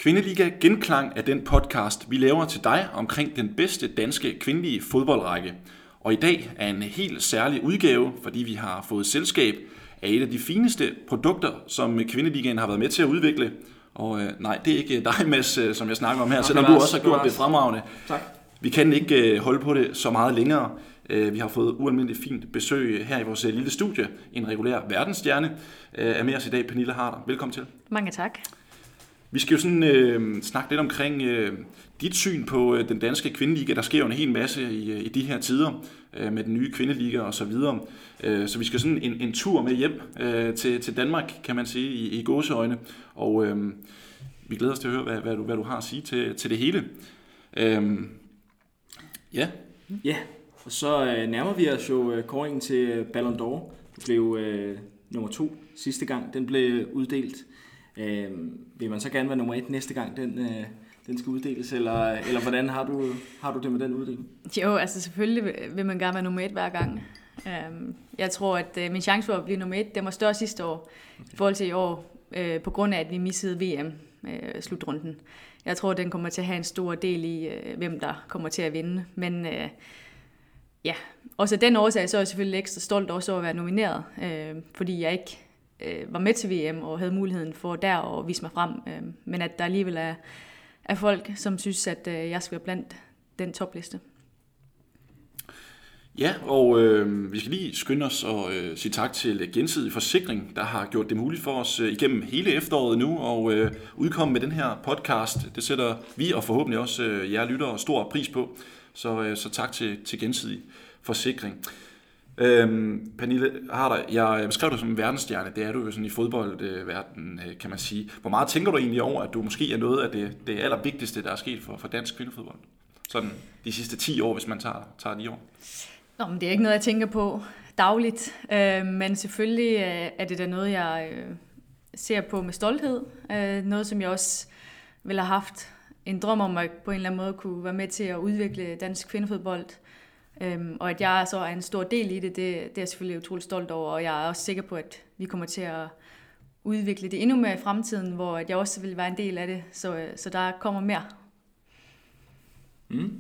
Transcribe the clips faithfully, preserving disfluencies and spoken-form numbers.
Kvindeliga Genklang er den podcast, vi laver til dig omkring den bedste danske kvindelige fodboldrække. Og i dag er en helt særlig udgave, fordi vi har fået selskab af et af de fineste produkter, som Kvindeligaen har været med til at udvikle. Og øh, nej, det er ikke dig, Mads, som jeg snakker om her, okay, selvom du også har gjort det fremragende. Tak. Vi kan ikke øh, holde på det så meget længere. Vi har fået ualmindeligt fint besøg her i vores lille studie. En regulær verdensstjerne er med os i dag, Pernille Harder. Velkommen til. Mange tak. Vi skal jo sådan øh, snakke lidt omkring øh, dit syn på øh, den danske kvindeliga. Der sker jo en hel masse i, i de her tider øh, med den nye kvindeliga og så videre. Øh, så vi skal sådan en, en tur med hjem øh, til, til Danmark, kan man sige, i, i gåseøjne. Og øh, vi glæder os til at høre, hvad, hvad, du, hvad du har at sige til, til det hele. Øh, ja. Ja, og så øh, nærmer vi os jo øh, kåringen til Ballon d'Or. Det blev øh, nummer to sidste gang, den blev uddelt. Øh, vil man så gerne være nummer et næste gang, den, øh, den skal uddeles, eller, eller hvordan har du, har du det med den uddeling? Jo, altså selvfølgelig vil man gerne være nummer et hver gang. Øh, jeg tror, at øh, min chance for at blive nummer et, den var større sidste år, okay, i forhold til i år, øh, på grund af, at vi missede V M-slutrunden. Øh, jeg tror, at den kommer til at have en stor del i, øh, hvem der kommer til at vinde, men øh, ja, også af den årsag, så er jeg selvfølgelig ekstra stolt også over at være nomineret, øh, fordi jeg ikke øh, var med til V M og havde muligheden for der at vise mig frem. Øh, men at der alligevel er, er folk, som synes, at øh, jeg skal være blandt den topliste. Ja, og øh, vi skal lige skynde os og øh, sige tak til Gensidig Forsikring, der har gjort det muligt for os øh, igennem hele efteråret nu og øh, udkomme med den her podcast. Det sætter vi og forhåbentlig også øh, jer lyttere stor pris på. Så, øh, så tak til, til Gensidig Forsikring. Øhm, Pernille Harder, jeg beskrev dig som en verdensstjerne. Det er du jo sådan i fodboldverdenen, øh, kan man sige. Hvor meget tænker du egentlig over, at du måske er noget af det, det allervigtigste, der er sket for, for dansk kvindefodbold? Sådan de sidste ti år, hvis man tager, tager de år. Nå, men det er ikke noget, jeg tænker på dagligt. Øh, men selvfølgelig øh, er det da noget, jeg øh, ser på med stolthed. Øh, noget, som jeg også ville have haft en drøm om at på en eller anden måde kunne være med til at udvikle dansk kvindefodbold. Øhm, og at jeg så er en stor del i det, det, det er jeg selvfølgelig utroligt stolt over, og jeg er også sikker på, at vi kommer til at udvikle det endnu mere i fremtiden, hvor jeg også vil være en del af det, så, så der kommer mere. Mm.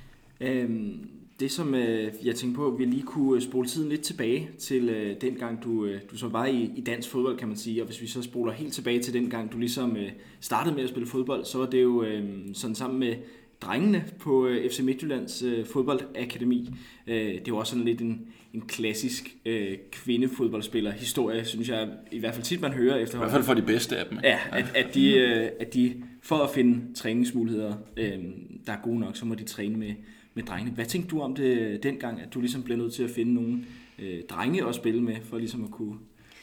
Øhm, det som øh, jeg tænkte på, at vi lige kunne spole tiden lidt tilbage til øh, den gang du, øh, du så var i, i dansk fodbold, kan man sige, og hvis vi så spoler helt tilbage til den gang du ligesom øh, startede med at spille fodbold, så var det jo øh, sådan sammen med drengene på øh, F C Midtjyllands øh, fodboldakademi. Øh, det var også sådan lidt en, en klassisk øh, kvindefodboldspiller historie, synes jeg, i hvert fald tit man hører efterhånden. I hvert fald for de bedste af dem. Ja, at, at, de, øh, at de for at finde træningsmuligheder, øh, der er gode nok, så må de træne med, med drengene. Hvad tænkte du om det dengang, at du ligesom blev nødt til at finde nogle øh, drenge at spille med, for ligesom at kunne...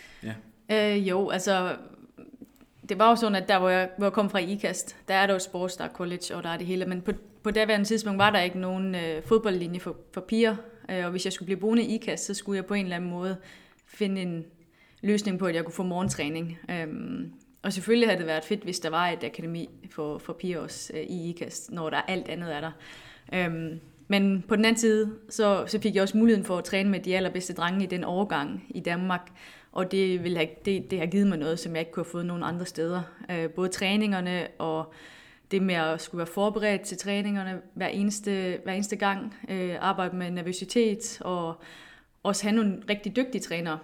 Ja. Øh, jo, altså... Det var jo sådan, at der, hvor jeg, hvor jeg kom fra IKAST, der er der jo sports, der er college, og der er det hele. Men på, på daværende tidspunkt var der ikke nogen øh, fodboldlinje for, for piger. Øh, og hvis jeg skulle blive boende i IKAST, så skulle jeg på en eller anden måde finde en løsning på, at jeg kunne få morgentræning. Øh, og selvfølgelig havde det været fedt, hvis der var et akademi for, for piger også øh, i IKAST, når der alt andet er der. Øh, men på den anden side, så, så fik jeg også muligheden for at træne med de allerbedste drenge i den overgang i Danmark. Og det, vil have, det, det har givet mig noget, som jeg ikke kunne have fået nogen andre steder. Øh, både træningerne og det med at skulle være forberedt til træningerne hver eneste, hver eneste gang. Øh, arbejde med nervøsitet og også have nogle rigtig dygtige trænere.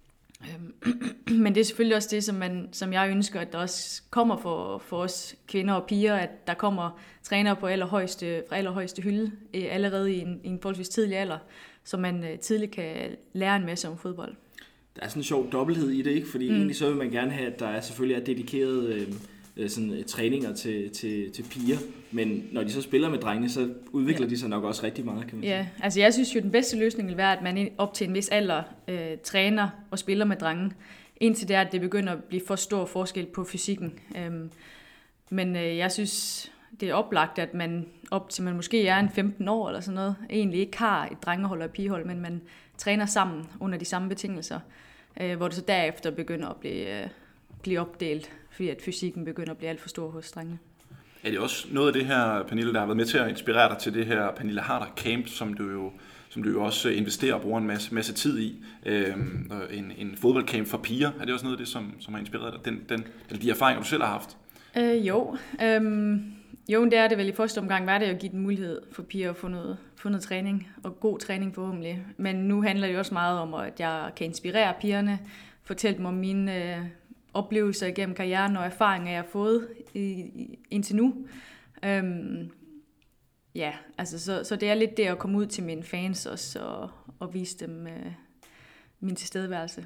Øh, men det er selvfølgelig også det, som, man, som jeg ønsker, at der også kommer for, for os kvinder og piger, at der kommer trænere på allerhøjeste, fra allerhøjeste hylde øh, allerede i en, i en forholdsvis tidlig alder, så man øh, tidligt kan lære en masse om fodbold. Der er sådan en sjov dobbelthed i det, ikke? Fordi mm. egentlig så vil man gerne have, at der er selvfølgelig er dedikerede øh, sådan, øh, træninger til, til, til piger, men når de så spiller med drengene, så udvikler ja. de sig nok også rigtig meget, kan man sige. Ja, altså jeg synes jo, den bedste løsning vil være, at man op til en vis alder øh, træner og spiller med drenge, indtil det er, at det begynder at blive for stor forskel på fysikken. Øhm, men øh, jeg synes, det er oplagt, at man op til man måske er en femten år eller sådan noget, egentlig ikke har et drengehold og et pigehold, men man træner sammen under de samme betingelser, øh, hvor det så derefter begynder at blive, øh, blive opdelt, fordi at fysikken begynder at blive alt for stor hos drengene. Er det også noget af det her, Pernille, der har været med til at inspirere dig til det her Pernille Harder Camp, som du jo, som du jo også investerer og bruger en masse, masse tid i, øh, en, en fodboldcamp for piger? Er det også noget af det, som, som har inspireret dig, den, den, eller de erfaringer, du selv har haft? Øh, jo, øhm, jo, det er det vel i første omgang, var det jo at give den mulighed for piger at få noget, få noget træning, og god træning forhåbentlig. Men nu handler det jo også meget om, at jeg kan inspirere pigerne, fortælle dem om mine øh, oplevelser igennem karrieren og erfaringer, jeg har fået i, i, indtil nu. Øhm, ja, altså så, så det er lidt det at komme ud til mine fans også, og, og vise dem øh, min tilstedeværelse.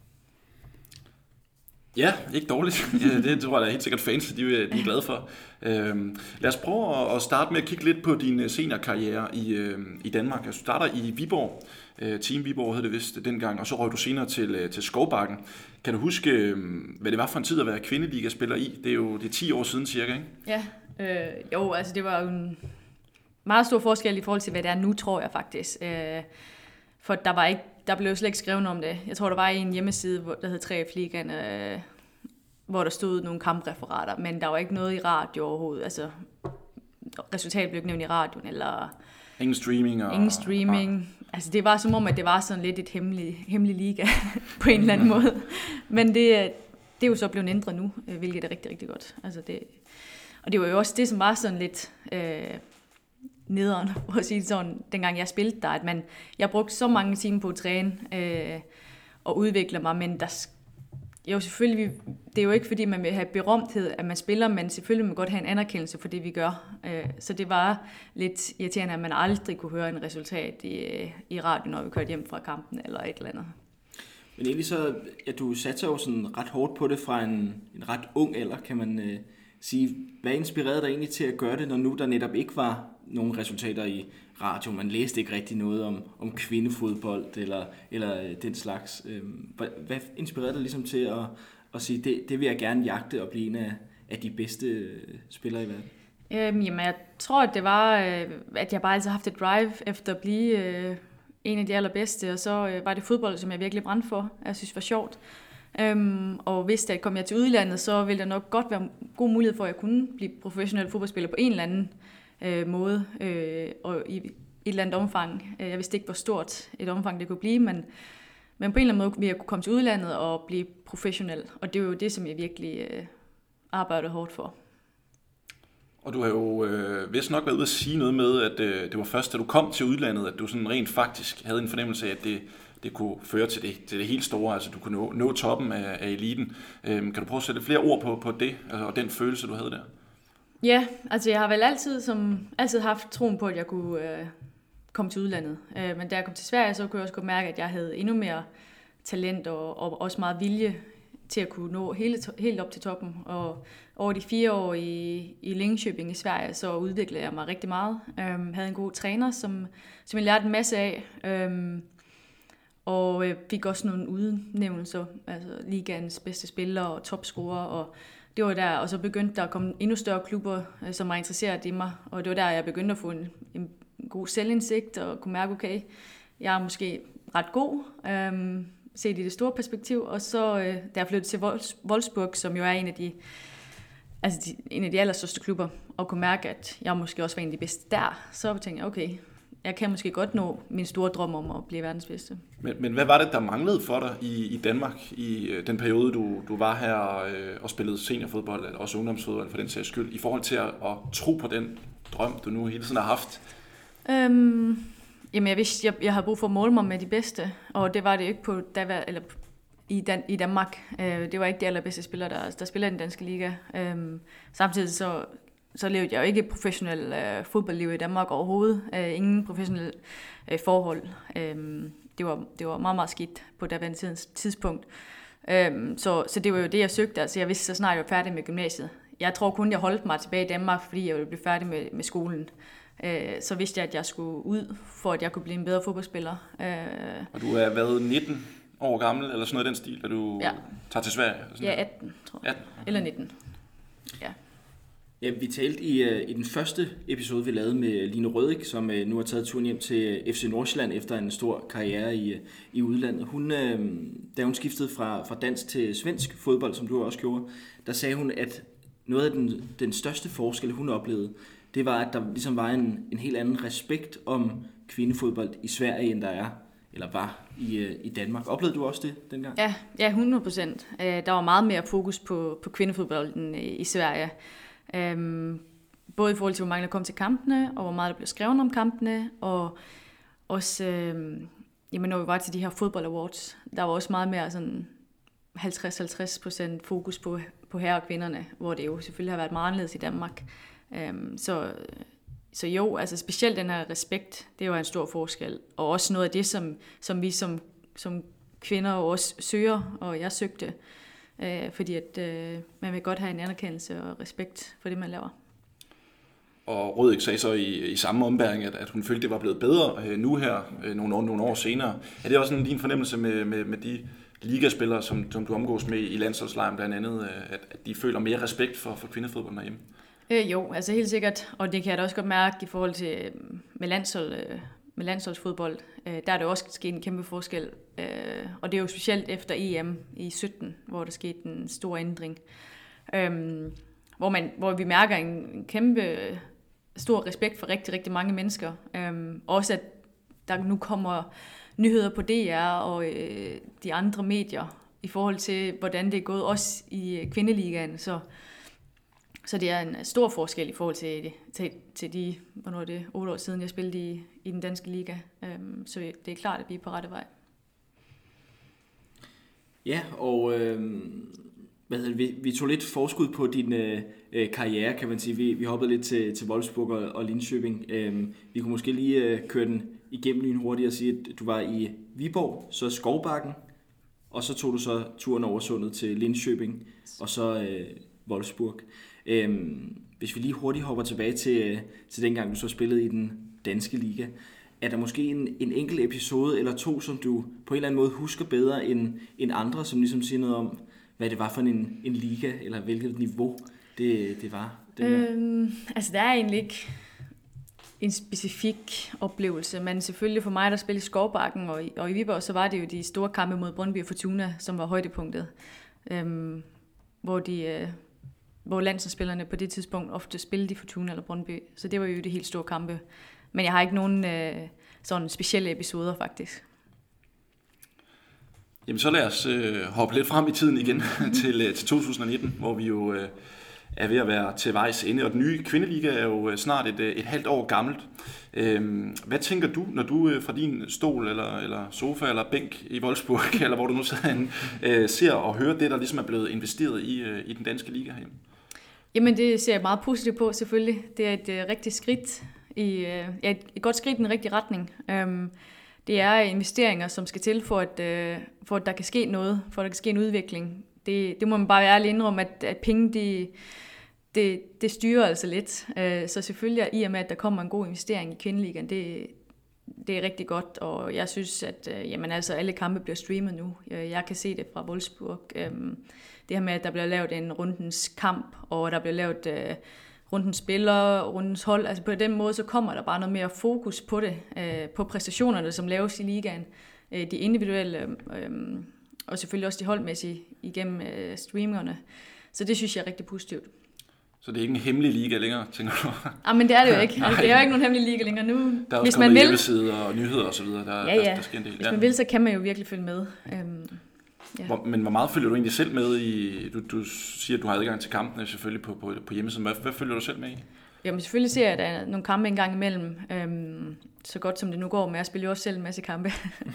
Ja, ikke dårligt. Ja, det tror jeg, der er helt sikkert fans, de er, de er glade for. Øhm, lad os prøve at starte med at kigge lidt på din seniorkarriere i, øh, i Danmark. Altså, du starter i Viborg, øh, Team Viborg hed det vist dengang, og så røg du senere til, øh, til Skovbakken. Kan du huske, øh, hvad det var for en tid at være kvindeligaspiller i? Det er jo det er ti år siden cirka, ikke? Ja, øh, jo, altså det var jo en meget stor forskel i forhold til, hvad det er nu, tror jeg faktisk. Øh, for der var ikke Der blev slet ikke skrevet om det. Jeg tror, der var en hjemmeside, der hed tre F Ligaen, øh, hvor der stod nogle kampreferater, men der var ikke noget i radio overhovedet. Altså, resultatet blev ikke nævnt i radioen, eller... Ingen streaming? Og... Ingen streaming. Ja. Altså, det var som om, at det var sådan lidt et hemmelig, hemmelig liga, på en eller anden måde. Men det, det er jo så blevet ændret nu, hvilket er rigtig, rigtig godt. Altså, det, og det var jo også det, som var sådan lidt... Øh, nederen, for at sige det sådan, dengang jeg spillede der, at man, jeg brugte så mange timer på at træne øh, og udvikle mig, men der, jo selvfølgelig, det er jo ikke fordi, man vil have berømthed, at man spiller, men selvfølgelig må man godt have en anerkendelse for det, vi gør. Øh, så det var lidt irriterende, at man aldrig kunne høre en resultat i, i radioen, når vi kørte hjem fra kampen eller et eller andet. Men egentlig så, ja, du satte jo sådan ret hårdt på det fra en, en ret ung alder, kan man øh, sige. Hvad inspirerede dig egentlig til at gøre det, når nu der netop ikke var nogle resultater i radio? Man læste ikke rigtig noget om, om kvindefodbold eller, eller øh, den slags. Øh, hvad, hvad inspirerede dig ligesom til at, at sige, det, det vil jeg gerne jagte og blive en af, af de bedste øh, spillere i verden? Øhm, jamen, jeg tror, at det var, øh, at jeg bare altid har haft et drive efter at blive øh, en af de allerbedste, og så øh, var det fodbold, som jeg virkelig brændte for, jeg synes var sjovt. Øhm, og hvis jeg kom jeg til udlandet, så ville der nok godt være god mulighed for, at jeg kunne blive professionel fodboldspiller på en eller anden øh, måde, øh, og i et eller andet omfang. Jeg vidste ikke, hvor stort et omfang det kunne blive, men, men på en eller anden måde ville jeg kunne komme til udlandet og blive professionel, og det er jo det, som jeg virkelig øh, arbejdede hårdt for. Og du har jo øh, vist nok været ude at sige noget med, at øh, det var først, da du kom til udlandet, at du sådan rent faktisk havde en fornemmelse af, at det, det kunne føre til det, til det helt store, altså du kunne nå, nå toppen af, af eliten. Øhm, kan du prøve at sætte flere ord på, på det, altså, og den følelse, du havde der? Ja, altså jeg har vel altid, som, altid haft troen på, at jeg kunne øh, komme til udlandet. Øh, men da jeg kom til Sverige, så kunne jeg også godt mærke, at jeg havde endnu mere talent og, og også meget vilje til at kunne nå hele, helt op til toppen. Og over de fire år i, i Linköping i Sverige, så udviklede jeg mig rigtig meget. Øhm, havde en god træner, som, som jeg lærte en masse af. Øhm, og øh, fik også nogle udnævnelser, altså ligaens bedste spiller og topscorer. Og det var der, og så begyndte der at komme endnu større klubber, øh, som var interesseret i mig. Og det var der, jeg begyndte at få en, en god selvindsigt og kunne mærke, okay, jeg er måske ret god. Øhm, set i det store perspektiv, og så øh, da jeg flyttede til Wolfsburg, som jo er en af de, altså de, en af de allerstørste klubber, og kunne mærke, at jeg måske også var en af de bedste der, så tænkte jeg, okay, jeg kan måske godt nå min store drøm om at blive verdens bedste. Men, men hvad var det, der manglede for dig i, i Danmark i øh, den periode, du, du var her øh, og spillede seniorfodbold, eller også ungdomsfodbold for den sags skyld, i forhold til at, at tro på den drøm, du nu hele tiden har haft? Øhm Jamen, jeg vidste, jeg, jeg havde brug for at måle mig med de bedste, og det var det ikke på der, eller i, Dan, i Danmark. Øh, det var ikke de allerbedste spillere, der, der spiller i den danske liga. Øh, samtidig så, så levede jeg jo ikke et professionelt øh, fodboldliv i Danmark overhovedet. Øh, ingen professionelle øh, forhold. Øh, det, var, det var meget, meget skidt på daværende tidspunkt. Øh, så, så det var jo det, jeg søgte. Altså, jeg vidste så snart, jeg var færdig med gymnasiet. Jeg tror kun, jeg holdt mig tilbage i Danmark, fordi jeg ville blive færdig med, med skolen. Så vidste jeg, at jeg skulle ud, for at jeg kunne blive en bedre fodboldspiller. Og du er været nitten år gammel, eller sådan noget i den stil, da du ja. tager til Sverige? Sådan ja, atten, tror jeg. atten. Eller nitten. Ja. Ja, vi talte i, i den første episode, vi lavede med Line Rødvig, som nu har taget turen hjem til F C Nordsjælland efter en stor karriere i, i udlandet. Hun, da hun skiftede fra, fra dansk til svensk fodbold, som du også gjorde, der sagde hun, at noget af den, den største forskel, hun oplevede, det var, at der ligesom var en, en helt anden respekt om kvindefodbold i Sverige, end der er eller var i, i Danmark. Oplevede du også det dengang? Ja, ja hundrede procent. Der var meget mere fokus på, på kvindefodbolden i Sverige. Både i forhold til, hvor mange der kom til kampene, og hvor meget der blev skrevet om kampene, og også, jamen, når vi var til de her fodbold awards, der var også meget mere sådan halvtreds til halvtreds procent fokus på, på herre og kvinderne, hvor det jo selvfølgelig har været meget anderledes i Danmark. Så Så jo, altså specielt den her respekt, det var en stor forskel. Og også noget af det, som, som vi som, som kvinder også søger, og jeg søgte. Øh, fordi at øh, man vil godt have en anerkendelse og respekt for det, man laver. Og Rødek sagde så i, i samme ombæring, at, at hun følte, det var blevet bedre øh, nu her, øh, nogle, år, nogle år senere. Er det også en din fornemmelse med, med, med de ligaspillere, som, som du omgås med i landsholdslejren blandt andet, at, at de føler mere respekt for, for kvindefodbold derhjemme? Øh, jo, altså helt sikkert, og det kan jeg da også godt mærke i forhold til med, landshold, med landsholdsfodbold. Øh, der er det også sket en kæmpe forskel, øh, og det er jo specielt efter E M i sytten, hvor der skete en stor ændring. Øh, hvor, man, hvor vi mærker en, en kæmpe stor respekt for rigtig, rigtig mange mennesker. Øh, også at der nu kommer nyheder på D R og øh, de andre medier i forhold til, hvordan det er gået også i kvindeligaen, så Så det er en stor forskel i forhold til, til, til de, hvornår det er, otte år siden, jeg spillede i, i den danske liga. Um, så det er klart, at vi er på rette vej. Ja, og øh, hvad hedder det, vi, vi tog lidt forskud på din øh, karriere, kan man sige. Vi, vi hoppede lidt til, til Wolfsburg og, og Linköping. Øh, vi kunne måske lige øh, køre den igennem lige hurtigt og sige, at du var i Viborg, så Skovbakken, og så tog du så turen over sundet til Linköping, og så øh, Wolfsburg. Øhm, hvis vi lige hurtigt hopper tilbage til, til dengang du så spillede i den danske liga, er der måske en, en enkelt episode eller to, som du på en eller anden måde husker bedre end, end andre, som ligesom siger noget om, hvad det var for en, en liga, eller hvilket niveau det, det var? Øhm, altså der er egentlig ikke en specifik oplevelse, men selvfølgelig for mig, der spillede i Skovbakken og i, og i Viborg, så var det jo de store kampe mod Brøndby og Fortuna, som var højdepunktet, øhm, hvor de... Øh, hvor landsholdsspillerne på det tidspunkt ofte spillede i Fortuna eller Brøndby. Så det var jo de helt store kampe. Men jeg har ikke nogen øh, sådan specielle episoder, faktisk. Jamen så lad os øh, hoppe lidt frem i tiden igen til, øh, til to tusind nitten, hvor vi jo øh, er ved at være til vejs ende. Og den nye kvindeliga er jo snart et, et halvt år gammelt. Øh, hvad tænker du, når du øh, fra din stol, eller, eller sofa, eller bænk i Wolfsburg, eller hvor du nu sidder, øh, ser og hører det, der ligesom er blevet investeret i, øh, i den danske liga herhjemme? Jamen det ser jeg meget positivt på, selvfølgelig. Det er et øh, rigtigt skridt, i, øh, ja, et godt skridt i den rigtige retning. Um, det er investeringer, som skal til for, at, øh, for at der kan ske noget, for at der kan ske en udvikling. Det, det må man bare være ærlig indrømme, at, at penge, de, det, det styrer altså lidt. Uh, så selvfølgelig, i og med, at der kommer en god investering i kvindeligaen, det, det er rigtig godt, og jeg synes, at øh, jamen, altså, alle kampe bliver streamet nu. Jeg kan se det fra Wolfsburg. Um, Det her med, at der bliver lavet en rundens kamp, og der bliver lavet øh, rundens spillere, rundens hold. Altså på den måde, så kommer der bare noget mere fokus på det, øh, på præstationerne, som laves i ligaen. Øh, de individuelle, øh, og selvfølgelig også de holdmæssige igennem øh, streamingerne. Så det synes jeg er rigtig positivt. Så det er ikke en hemmelig liga længere, tænker du? Ah, men det er det jo ikke. Altså, det er jo ikke nogen hemmelig liga længere nu. Der er Hvis også man kommet vil, hjemmesider og nyheder og så videre. Der, ja, ja. Der, der sker en del. Hvis Ja. man vil, så kan man jo virkelig følge med. Øhm, Ja. Hvor, men hvor meget følger du egentlig selv med i, du, du siger, at du har adgang til kampene selvfølgelig på, på, på hjemmesiden. Hvad, hvad følger du selv med i? Jamen selvfølgelig ser jeg, at der er nogle kampe en gang imellem, øhm, så godt som det nu går, men jeg spiller jo også selv en masse kampe.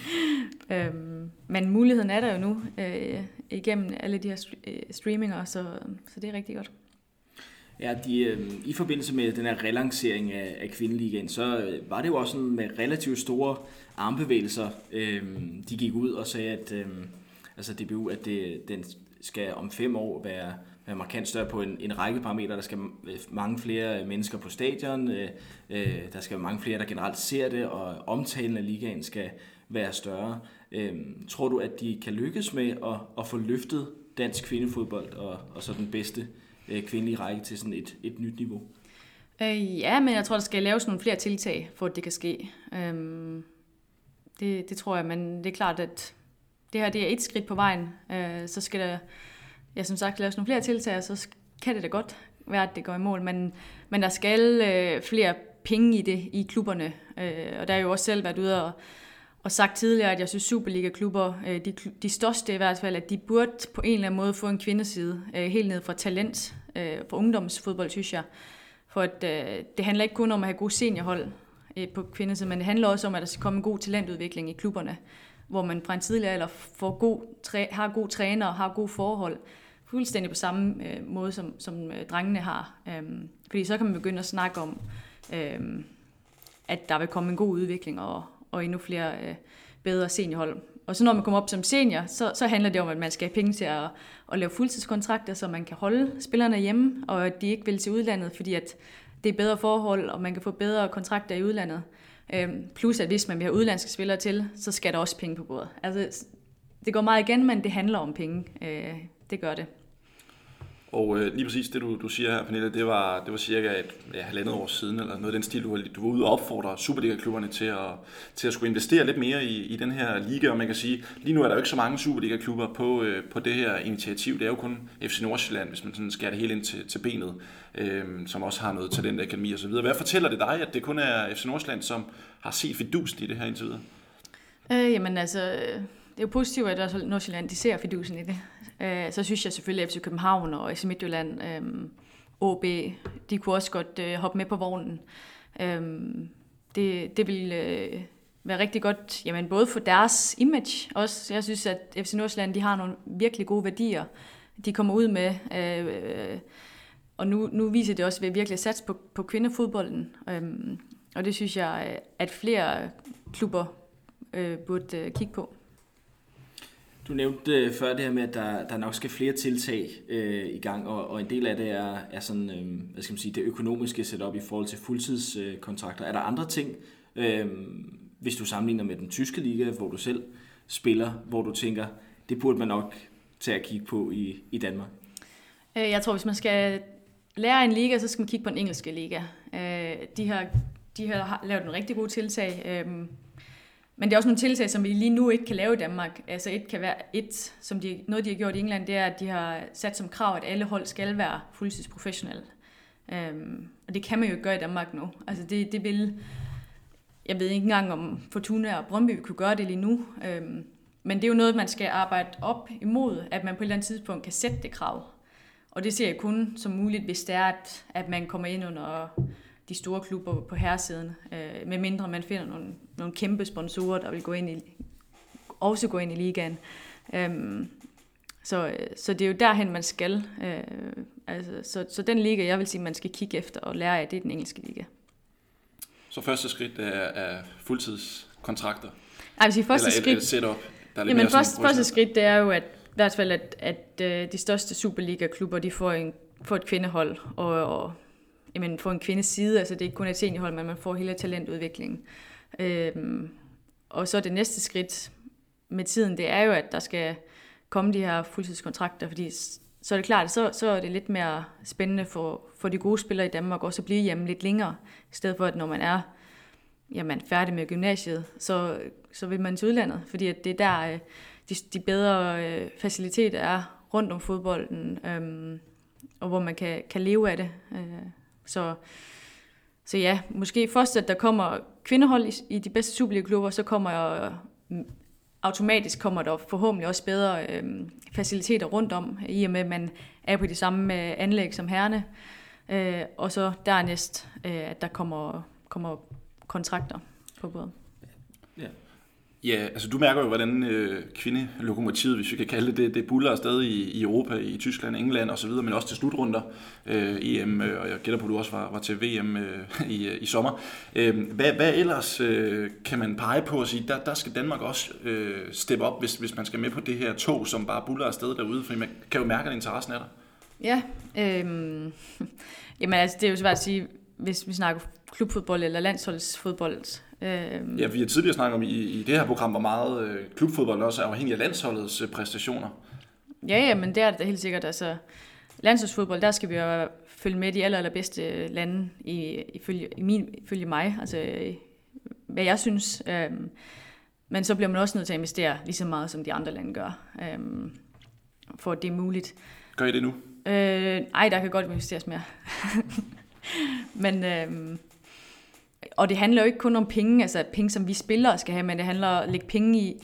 øhm, men muligheden er der jo nu, øh, igennem alle de her streaminger, så, så det er rigtig godt. Ja, de, øh, i forbindelse med den her relancering af, af kvindeligaen, så øh, var det jo også sådan med relativt store armbevægelser. Øh, de gik ud og sagde, at øh, altså D B U, at det, den skal om fem år være, være markant større på en, en række parametre. Der skal mange flere mennesker på stadion, øh, øh, der skal mange flere, der generelt ser det, og omtalen af ligaen skal være større. Øh, tror du, at de kan lykkes med at, at få løftet dansk kvindefodbold og, og så den bedste kvindelige række til sådan et, et nyt niveau? Øh, ja, men jeg tror, der skal laves nogle flere tiltag, for at det kan ske. Øhm, det, det tror jeg, men det er klart, at det her det er et skridt på vejen. Øh, så skal der, ja, som sagt, laves nogle flere tiltag, og så kan det da godt være, at det går i mål. Men, men der skal øh, flere penge i det i klubberne. Øh, og der er jo også selv været ude og, og sagt tidligere, at jeg synes Superliga-klubber, øh, de, de største i hvert fald, at de burde på en eller anden måde få en kvindeside, øh, helt ned fra talent, øh, fra ungdomsfodbold, synes jeg. For at, øh, det handler ikke kun om at have gode seniorhold øh, på kvindesiden, men det handler også om, at der skal komme en god talentudvikling i klubberne, hvor man fra en tidligere alder får god, træ, har gode træner og har gode forhold, fuldstændig på samme øh, måde, som, som øh, drengene har. Øhm, fordi så kan man begynde at snakke om, øh, at der vil komme en god udvikling og, og endnu flere øh, bedre seniorhold. Og så når man kommer op som senior, så, så handler det om, at man skal have penge til at, at lave fuldtidskontrakter, så man kan holde spillerne hjemme, og at de ikke vil til udlandet, fordi at det er bedre forhold, og man kan få bedre kontrakter i udlandet. Øhm, plus at hvis man vil have udlandske spillere til, så skal der også penge på bordet. Altså, det går meget igen, men det handler om penge. Øh, det gør det. Og øh, lige præcis det, du, du siger her, Pernille, det var, det var cirka et ja, halvandet år siden, eller noget af den stil, du var, du var ude og opfordre Superliga-klubberne til at, til at skulle investere lidt mere i, i den her liga, og man kan sige, lige nu er der jo ikke så mange Superliga-klubber på, øh, på det her initiativ. Det er jo kun F C Nordsjælland, hvis man sådan skærer det helt ind til, til benet, øh, som også har noget talentakademi og så videre. Hvad fortæller det dig, at det kun er F C Nordsjælland, som har set fidusen i det her indtil videre? Øh, jamen altså, det er jo positivt, at også Nordsjælland, de ser fidusen i det. Øh, så synes jeg selvfølgelig, at F C København og F C Midtjylland, øh, O B, de kunne også godt øh, hoppe med på vognen. Øh, det, det vil øh, være rigtig godt, jamen både for deres image også. Jeg synes, at F C Nordsjælland, de har nogle virkelig gode værdier, de kommer ud med. Øh, og nu, nu viser det også, at vi virkelig satser på, på kvindefodbolden. Øh, og det synes jeg, at flere klubber øh, burde øh, kigge på. Du nævnte øh, før det her med, at der, der nok skal flere tiltag øh, i gang, og, og en del af det er, er sådan, øh, hvad skal man sige, det økonomiske setup i forhold til fuldtidskontrakter. Øh, er der andre ting, øh, hvis du sammenligner med den tyske liga, hvor du selv spiller, hvor du tænker, det burde man nok tage at kigge på i, i Danmark? Jeg tror, hvis man skal lære en liga, så skal man kigge på den engelske liga. De har, de har lavet en rigtig god tiltag. Men det er også nogle tiltag, som vi lige nu ikke kan lave i Danmark. Altså et kan være et, som de, noget de har gjort i England, det er, at de har sat som krav, at alle hold skal være fuldtidsprofessionelle. Um, og det kan man jo ikke gøre i Danmark nu. Altså det, det vil, jeg ved ikke engang om Fortuna og Brøndby kunne gøre det lige nu. Um, men det er jo noget, man skal arbejde op imod, at man på et eller andet tidspunkt kan sætte det krav. Og det ser jeg kun som muligt, hvis det er, at, at man kommer ind under de store klubber på herresiden, øh, med mindre man finder nogle, nogle kæmpe sponsorer, der vil gå ind i, også gå ind i ligaen. Øhm, så, så det er jo derhen, man skal. Øh, altså, så, så den liga, jeg vil sige, man skal kigge efter og lære af, det er den engelske liga. Så første skridt er, er fuldtidskontrakter? Ej, jeg vil sige, første Eller et, skridt, et setup, der er lidt jamen, mere første, sådan, første skridt, det er jo, at i hvert fald, at, at, at de største Superliga-klubber, de får, en, får et kvindehold, og, og jamen, får en kvindes side, altså det er ikke kun et seniorhold, men man får hele talentudviklingen. Øhm, og så det næste skridt med tiden, det er jo, at der skal komme de her fuldtidskontrakter, fordi så er det klart, så, så er det lidt mere spændende for, for de gode spillere i Danmark også at blive hjemme lidt længere, i stedet for, at når man er jamen, færdig med gymnasiet, så, så vil man til udlandet, fordi at det er der, de, de bedre øh, faciliteter er rundt om fodbolden, øh, og hvor man kan, kan leve af det. Øh, så, så ja, måske først, at der kommer kvindehold i, i de bedste Superliga-klubber, så kommer jeg, øh, automatisk kommer der forhåbentlig også bedre øh, faciliteter rundt om, i og med, at man er på de samme øh, anlæg som herrene. Øh, og så dernæst, øh, at der kommer, kommer kontrakter på bordet. Ja. Ja, altså du mærker jo, hvordan øh, kvindelokomotivet, hvis vi kan kalde det det, det buller afsted i, i Europa, i Tyskland, England og så videre, men også til slutrunder, øh, E M, øh, og jeg gætter på, at du også var, var til V M øh, i, i sommer. Øh, hvad, hvad ellers øh, kan man pege på at sige, der, der skal Danmark også øh, steppe op, hvis, hvis man skal med på det her tog, som bare buller afsted derude, for man kan jo mærke, at interessen er der. Ja, øh, jamen altså det er jo svært at sige, hvis vi snakker klubfodbold eller landsholdsfodbold. Øh, ja, vi har tidligere snakket om i, i det her program, hvor meget øh, klubfodbold også er afhængig af landsholdets øh, præstationer. Ja, ja, men det er det da helt sikkert. Altså, landsholdsfodbold, der skal vi jo følge med de aller, allerbedste lande, i, ifølge, i min, ifølge mig, altså hvad jeg synes. Øh, men så bliver man også nødt til at investere lige så meget, som de andre lande gør, øh, for at det er muligt. Gør I det nu? Øh, ej, der kan godt investeres mere. Men, øh, og det handler jo ikke kun om penge, altså penge, som vi spillere skal have, men det handler om at lægge penge i,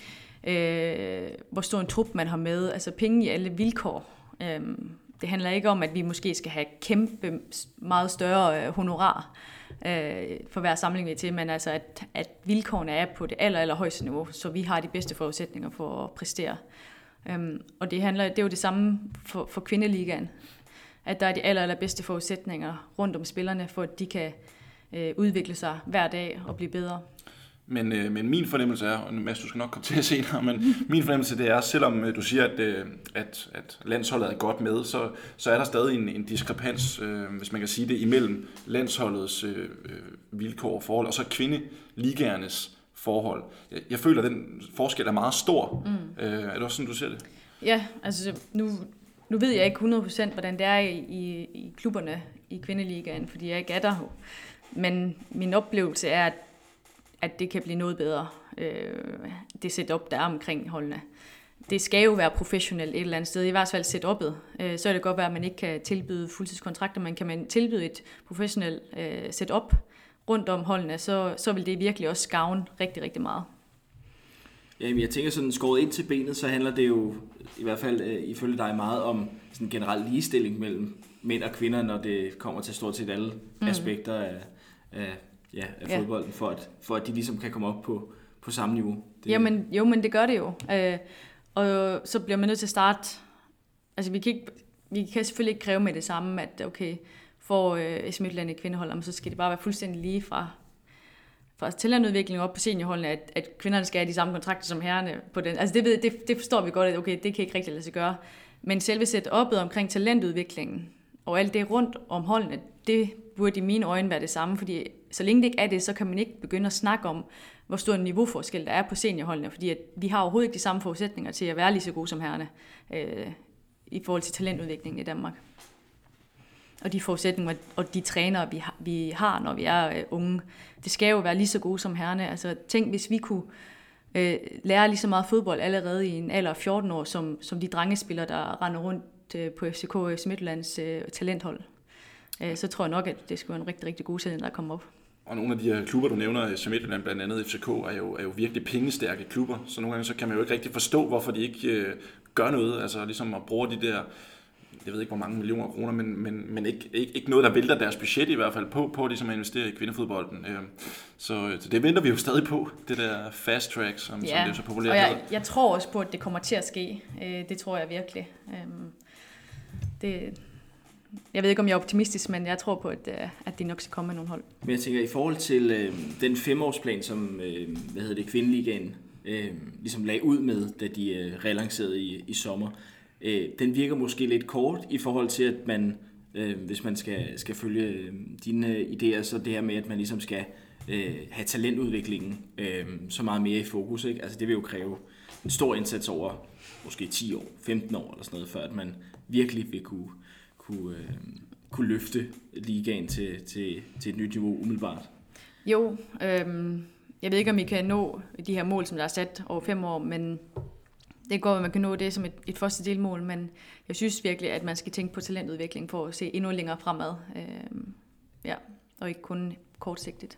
øh, hvor stor en trup man har med, altså penge i alle vilkår. Øh, det handler ikke om, at vi måske skal have kæmpe, meget større øh, honorar øh, for hver samling, vi er til, men altså, at, at vilkårene er på det aller, aller højeste niveau, så vi har de bedste forudsætninger for at præstere. Øh, og det handler, det er jo det samme for, for kvindeligaen, at der er de aller, aller bedste forudsætninger rundt om spillerne, for at de kan øh, udvikle sig hver dag og blive bedre. Men, øh, men min fornemmelse er, og Mads, du skal nok komme til at se det, men min fornemmelse det er, selvom øh, du siger, at, øh, at, at landsholdet er godt med, så, så er der stadig en, en diskrepans, øh, hvis man kan sige det, imellem landsholdets øh, vilkår og forhold, og så kvindeligaernes forhold. Jeg, jeg føler, at den forskel er meget stor. Mm. Øh, er det også sådan, du ser det? Ja, altså nu... Nu ved jeg ikke hundrede procent, hvordan det er i, i, i klubberne i kvindeligaen, fordi jeg ikke er der. Men min oplevelse er, at, at det kan blive noget bedre, øh, det setup, der er omkring holdene. Det skal jo være professionelt et eller andet sted, i hvert fald setup'et. Øh, så er det godt være, at man ikke kan tilbyde fuldtidskontrakter, men kan man tilbyde et professionelt øh, setup rundt om holdene, så, så vil det virkelig også gavne rigtig, rigtig meget. Jamen, jeg tænker sådan, skåret ind til benet, så handler det jo i hvert fald øh, ifølge dig meget om sådan generel ligestilling mellem mænd og kvinder, når det kommer til stort set alle mm. aspekter af, af, ja, af ja. fodbolden, for at, for at de ligesom kan komme op på, på samme niveau. Det... Jamen, jo, men det gør det jo. Øh, og så bliver man nødt til at starte... Altså, vi kan, ikke, vi kan selvfølgelig ikke kræve med det samme, at okay, for øh, S M Midtjylland i kvindehold, så skal det bare være fuldstændig lige fra... fra talentudvikling op på seniorholdene, at, at kvinderne skal have de samme kontrakter som herrerne på den. Altså det, ved, det, det forstår vi godt, at okay, det kan ikke rigtig lade sig gøre. Men selve setup'et omkring talentudviklingen og alt det rundt om holdene, det burde i mine øjne være det samme, fordi så længe det ikke er det, så kan man ikke begynde at snakke om, hvor stor en niveauforskel der er på seniorholdene, fordi at vi har overhovedet ikke de samme forudsætninger til at være lige så gode som herrerne øh, i forhold til talentudviklingen i Danmark. Og de forudsætninger og de trænere, vi har, vi har når vi er øh, unge, det skal jo være lige så gode som herrerne. Altså tænk, hvis vi kunne øh, lære lige så meget fodbold allerede i en alder af fjorten år, som, som de drengespillere, der render rundt øh, på F C K og F C Midtjyllands øh, talenthold. Øh, så tror jeg nok, at det skulle være en rigtig, rigtig god talent, der kommer op. Og nogle af de her klubber, du nævner, F C Midtjylland, blandt andet F C K, er jo, er jo virkelig pengestærke klubber. Så nogle gange så kan man jo ikke rigtig forstå, hvorfor de ikke øh, gør noget. Altså ligesom at bruge de der... jeg ved ikke, hvor mange millioner kroner, men, men, men ikke, ikke, ikke noget, der vælter deres budget i hvert fald på, på ligesom at investere i kvindefodbolden. Så, så det venter vi jo stadig på, det der fast track, som, ja, som det er så populært. Og jeg, jeg tror også på, at det kommer til at ske. Det tror jeg virkelig. Det, jeg ved ikke, om jeg er optimistisk, men jeg tror på, at, at det nok skal komme med nogle hold. Men jeg tænker, i forhold til øh, den femårsplan, som øh, hvad hedder det, Kvindeligaen øh, ligesom lagde ud med, da de øh, relancerede i, i sommer, øh, den virker måske lidt kort i forhold til, at man, øh, hvis man skal, skal følge øh, dine idéer, så det her med, at man ligesom skal øh, have talentudviklingen øh, så meget mere i fokus, ikke? Altså det vil jo kræve en stor indsats over måske ti år, femten år eller sådan noget, før at man virkelig vil kunne, kunne, øh, kunne løfte ligaen til, til, til et nyt niveau umiddelbart. Jo, øh, jeg ved ikke, om I kan nå de her mål, som der er sat over fem år, men det går, at man kan nå det som et, et første delmål, men jeg synes virkelig, at man skal tænke på talentudvikling for at se endnu længere fremad, øh, ja, og ikke kun kortsigtet.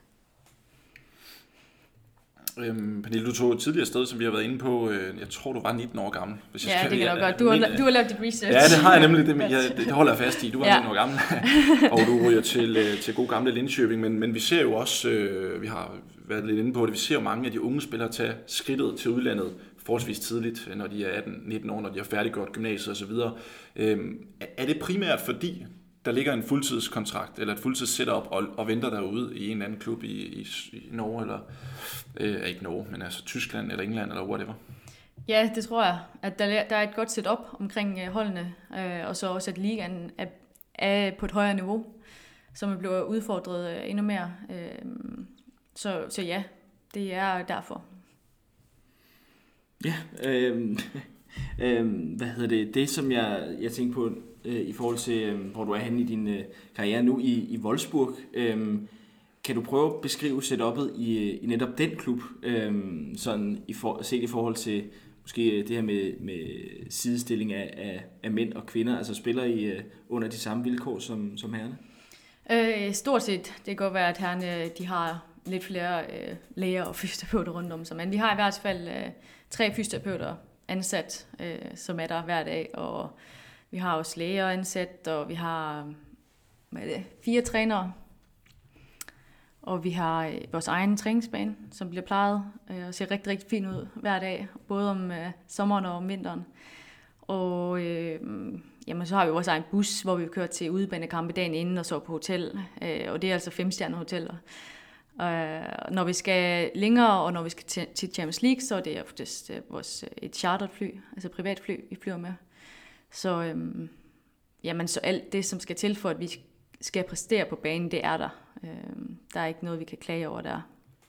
Øhm, Pernille, du tog et tidligere sted, som vi har været inde på. Øh, jeg tror, du var nitten år gammel. Hvis jeg ja, skal, det kan jeg, du godt. Du har, du har lavet dit research. Ja, det har jeg nemlig. Det, jeg, det holder jeg fast i. Du var ja. nitten år gammel, og du ryger til, til god gamle Linköping. Men, men vi ser jo også, øh, vi har været lidt inde på det, vi ser jo mange af de unge spillere tage skridtet til udlandet forholdsvis tidligt, når de er atten nitten år, når de har færdiggjort gymnasiet osv. Øhm, er det primært fordi, der ligger en fuldtidskontrakt eller et fuldtids setup og, og venter derude i en eller anden klub i, i, i Norge, eller øh, ikke Norge, men altså Tyskland eller England eller whatever? Ja, det tror jeg, at der, der er et godt setup omkring holdene, øh, og så også at ligaen er, er på et højere niveau, så man bliver udfordret endnu mere. Øh, så, så ja, det er derfor. Ja, øh, øh, hvad hedder det? Det, som jeg, jeg tænker på øh, i forhold til, øh, hvor du er henne i din øh, karriere nu i, i Wolfsburg, øh, kan du prøve at beskrive setup'et i, i netop den klub, øh, sådan i for, set i forhold til måske det her med, med sidestilling af, af, af mænd og kvinder, altså spiller I øh, under de samme vilkår som, som herrerne? Øh, stort set. Det kan godt være, at herrerne de har lidt flere øh, læger og fysioterapeuter rundt om sig. Men vi har i hvert fald øh, tre fysioterapeuter ansat, øh, som er der hver dag, og vi har også læger ansat, og vi har hvad er det, fire trænere, og vi har øh, vores egen træningsbane, som bliver plejet øh, og ser rigtig, rigtig fint ud hver dag, både om øh, sommeren og om vinteren. Og øh, jamen, så har vi vores egen bus, hvor vi kører til udebanekampe dagen inden og så på hotel, øh, og det er altså femstjernede hoteller. Uh, når vi skal længere, og når vi skal til, til Champions League, så er det oftest uh, vores, et charterfly, altså privatfly, vi flyver med. Så, um, jamen, så alt det, som skal til for, at vi skal præstere på banen, det er der. Uh, der er ikke noget, vi kan klage over der.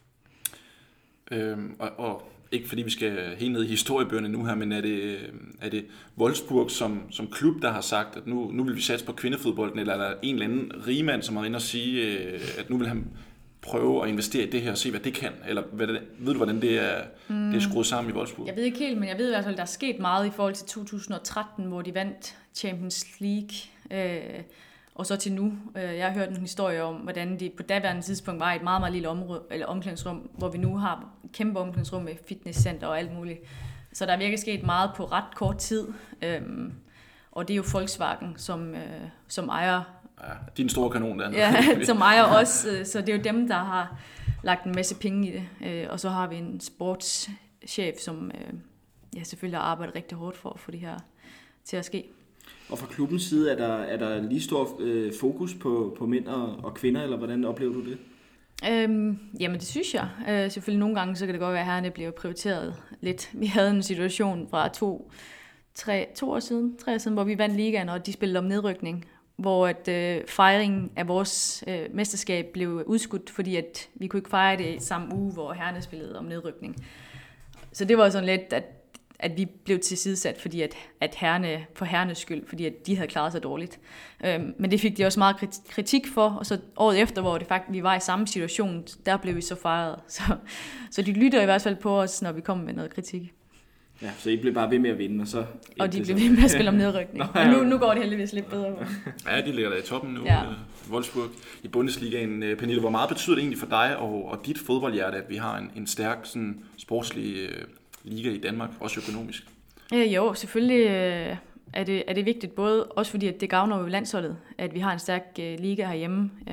Øhm, og, og ikke fordi vi skal helt ned i historiebøgerne nu her, men er det, er det Wolfsburg som, som klub, der har sagt, at nu, nu vil vi satse på kvindefodbolden, eller er der en eller anden rigmand, som har inde og sige, at nu vil han prøve at investere i det her og se, hvad det kan? Eller hvad det, ved du, hvordan det er, mm. det er skruet sammen i Wolfsburg? Jeg ved ikke helt, men jeg ved i hvert fald, at der er sket meget i forhold til to tusind og tretten, hvor de vandt Champions League, øh, og så til nu. Jeg har hørt en historie om, hvordan de på daværende tidspunkt var i et meget, meget lille område, eller omklædningsrum, hvor vi nu har et kæmpe omklædningsrum med fitnesscenter og alt muligt. Så der er virkelig sket meget på ret kort tid, øh, og det er jo Volkswagen, som, øh, som ejer. Ja, din store kanon der. Ja, som ejer også, så det er jo dem, der har lagt en masse penge i det. Og så har vi en sportschef, som ja, selvfølgelig har arbejdet rigtig hårdt for at få det her til at ske. Og fra klubbens side, er der, er der lige stor øh, fokus på, på mænd og, og kvinder, eller hvordan oplever du det? Øhm, jamen det synes jeg. Øh, selvfølgelig nogle gange, så kan det godt være, at herrerne bliver prioriteret lidt. Vi havde en situation fra to, tre, to år siden, tre år siden, hvor vi vandt ligaen, og de spillede om nedrykning, hvor at, øh, fejringen af vores øh, mesterskab blev udskudt, fordi at vi kunne ikke fejre det samme uge, hvor herrerne spillede om nedrykning. Så det var sådan lidt, at, at vi blev tilsidesat, fordi at, at herrerne, for herrenes skyld, fordi at de havde klaret sig dårligt. Øhm, men det fik de også meget kritik for, og så året efter, hvor det faktisk, vi var i samme situation, der blev vi så fejret. Så, så de lytter i hvert fald på os, når vi kommer med noget kritik. Ja, så I blev bare ved med at vinde, og så... Og de blev ved med at spille om nedrykning. Nå, ja. Og nu, nu går det heldigvis lidt bedre. Ja, de ligger der i toppen nu, ja. Wolfsburg, i Bundesligaen. Pernille, hvor meget betyder det egentlig for dig og, og dit fodboldhjerte, at vi har en, en stærk sådan, sportslig øh, liga i Danmark, også økonomisk? Ja, jo, selvfølgelig øh, er, det, er det vigtigt, både også fordi, at det gavner jo landsholdet, at vi har en stærk øh, liga herhjemme, øh,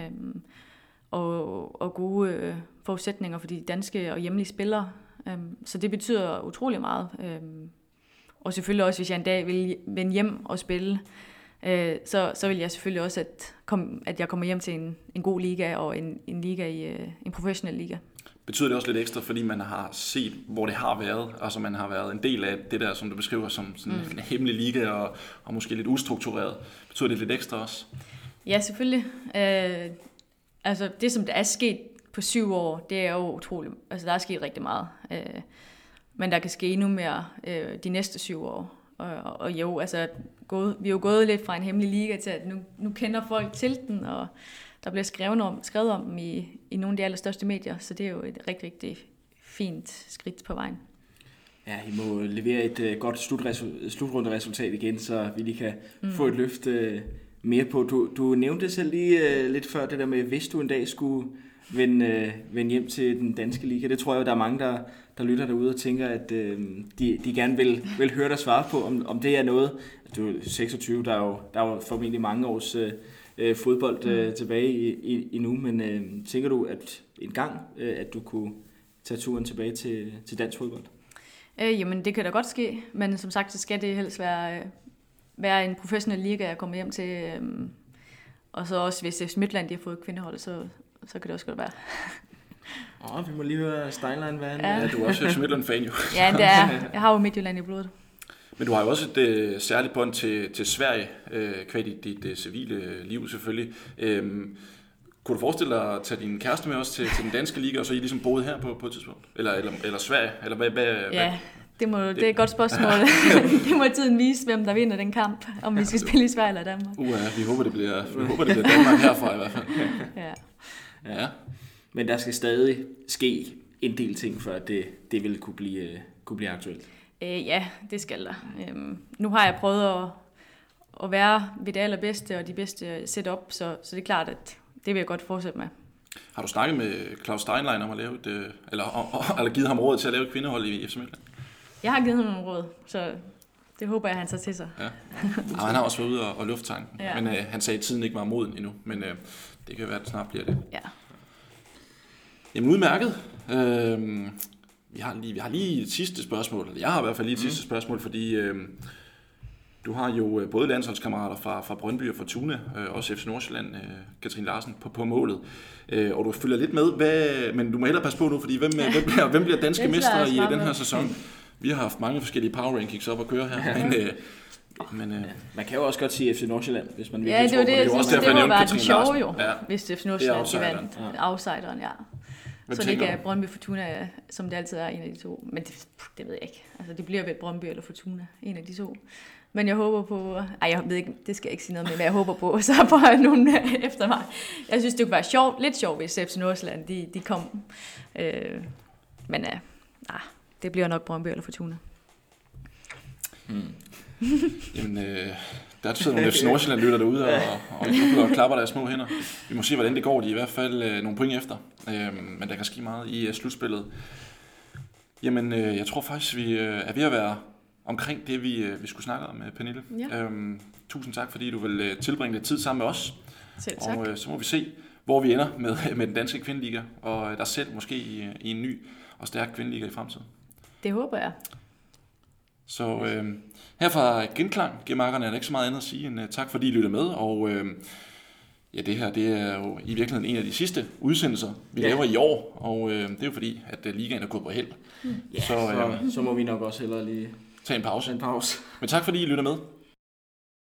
og, og gode øh, forudsætninger for de danske og hjemlige spillere. Så det betyder utrolig meget. Og selvfølgelig også, hvis jeg en dag vil vende hjem og spille, så, så vil jeg selvfølgelig også, at, kom, at jeg kommer hjem til en, en god liga og en, en liga i en professionel liga. Betyder det også lidt ekstra, fordi man har set, hvor det har været? Altså man har været en del af det der, som du beskriver som sådan mm. en hemmelig liga og, og måske lidt ustruktureret. Betyder det lidt ekstra også? Ja, selvfølgelig. Øh, altså det, som der er sket på syv år, det er jo utroligt. Altså, der er sket rigtig meget. Øh, men der kan ske endnu mere øh, de næste syv år. Og, og jo, altså, gået, vi er jo gået lidt fra en hemmelig liga til, at nu, nu kender folk til den, og der bliver skrevet om, skrevet om dem i, i nogle af de allerstørste medier, så det er jo et rigtig, rigtig fint skridt på vejen. Ja, I må levere et uh, godt slutresu- slutrunderesultat igen, så vi lige kan mm. få et løft uh, mere på. Du, du nævnte selv lige uh, lidt før det der med, hvis du en dag skulle vende, øh, vende hjem til den danske liga. Det tror jeg, der er mange, der, der lytter derude og tænker, at øh, de, de gerne vil, vil høre dig svare på, om, om det er noget. Du er seksogtyve, der er jo, der er jo formentlig mange års øh, fodbold øh, mm. tilbage i, i, i nu, men øh, tænker du, at en gang, øh, at du kunne tage turen tilbage til, til dansk fodbold? Øh, jamen, det kan da godt ske, men som sagt, så skal det helst være, være en professionel liga, jeg kommer hjem til. Øh, og så også, hvis F C Midtjylland de har fået kvindehold, så så kan det også godt være. Åh, oh, vi må lige høre Steinlein, hvad ja. ja, du er også F C Midtjylland-fan jo. Ja, det er. Jeg har jo Midtjylland i blodet. Men du har jo også et øh, særligt bånd til, til Sverige, øh, kvad dit, dit øh, civile liv selvfølgelig. Øhm, kunne du forestille dig at tage din kæreste med os til, til den danske liga, og så I ligesom boede her på, på et tidspunkt? Eller, eller, eller Sverige? Eller hvad, hvad, ja, hvad? Det, må, det er et godt spørgsmål. Det må tiden vise, hvem der vinder den kamp, om vi skal spille i Sverige eller Danmark. Uh, ja, vi håber, det bliver, vi håber, det bliver Danmark herfra i hvert fald. Ja. Ja. Men der skal stadig ske en del ting, før det, det vil kunne blive, kunne blive aktuelt. Øh, ja, det skal der. Øhm, nu har jeg prøvet at, at være ved det allerbedste og de bedste setup, så, så det er klart, at det vil jeg godt fortsætte med. Har du snakket med Claus Steinlein om at lave et, øh, eller, eller givet ham råd til at lave et kvindehold i F C Midtjylland? Jeg har givet ham nogle råd, så det håber jeg, han tager til sig. Ja. Ja, han har også været ude og, og lufte tanken, ja. men øh, han sagde, at tiden ikke var moden endnu, men øh, det kan være, at det snart bliver det. Ja. Jamen udmærket. Øh, vi, har lige, vi har lige et sidste spørgsmål, eller jeg har i hvert fald lige et mm. sidste spørgsmål, fordi øh, du har jo både landsholdskammerater fra, fra Brøndby og Fortuna, øh, også F C Nordsjælland, øh, Katrine Larsen, på, på målet. Øh, og du følger lidt med, hvad, men du må hellere passe på nu, fordi hvem, hvem, bliver, hvem bliver danske mestre i den her sæson? Vi har haft mange forskellige power rankings op at køre her, men... Øh, Men, øh, ja. Man kan jo også godt sige F C Nordsjælland, hvis man virkelig ja, det var tror det, på det. Det, også det, derfor, det jeg var bare nævnte den Katrine sjove Larsen. jo, Ja. hvis F C Nordsjælland de vandt. Ja. Outsideren, ja. Hvad så det ikke er du? Brøndby Fortuna, som det altid er en af de to. Men det, det ved jeg ikke. Altså, det bliver vel Brøndby eller Fortuna, en af de to. Men jeg håber på... Ej, jeg ved ikke, det skal jeg ikke sige noget med, hvad jeg håber på. Så på nogen efter mig. Jeg synes, det kunne være sjovt, lidt sjovt, hvis F C Nordsjælland, de, de kom. Øh, men øh, ah, det bliver nok Brøndby eller Fortuna. Hmm. Jamen, øh, der sidder nogle F C Nordsjælland lytter derude og, og, og, og klapper deres små hænder. Vi må se, hvordan det går. De er i hvert fald øh, nogle point efter. Øh, men der kan ske meget i uh, slutspillet. Jamen, øh, jeg tror faktisk, vi øh, er ved at være omkring det, vi, øh, vi skulle snakke om, Pernille. Ja. Øhm, tusind tak, fordi du vil øh, tilbringe lidt tid sammen med os. Selv tak. Og øh, så må vi se, hvor vi ender med, med den danske kvindeliga, og dig selv måske i, i en ny og stærk kvindeliga i fremtiden. Det håber jeg. Så øh, her fra Genklang, Gemakkerne, er der ikke så meget andet at sige end uh, tak, fordi I lytter med. Og øh, ja, det her det er jo i virkeligheden en af de sidste udsendelser, vi ja. laver i år. Og øh, det er jo fordi, at uh, ligaen er gået på held. Mm. Ja, så, øh, så, så må vi nok også hellere lige tage en pause. en pause. Men tak fordi I lytter med.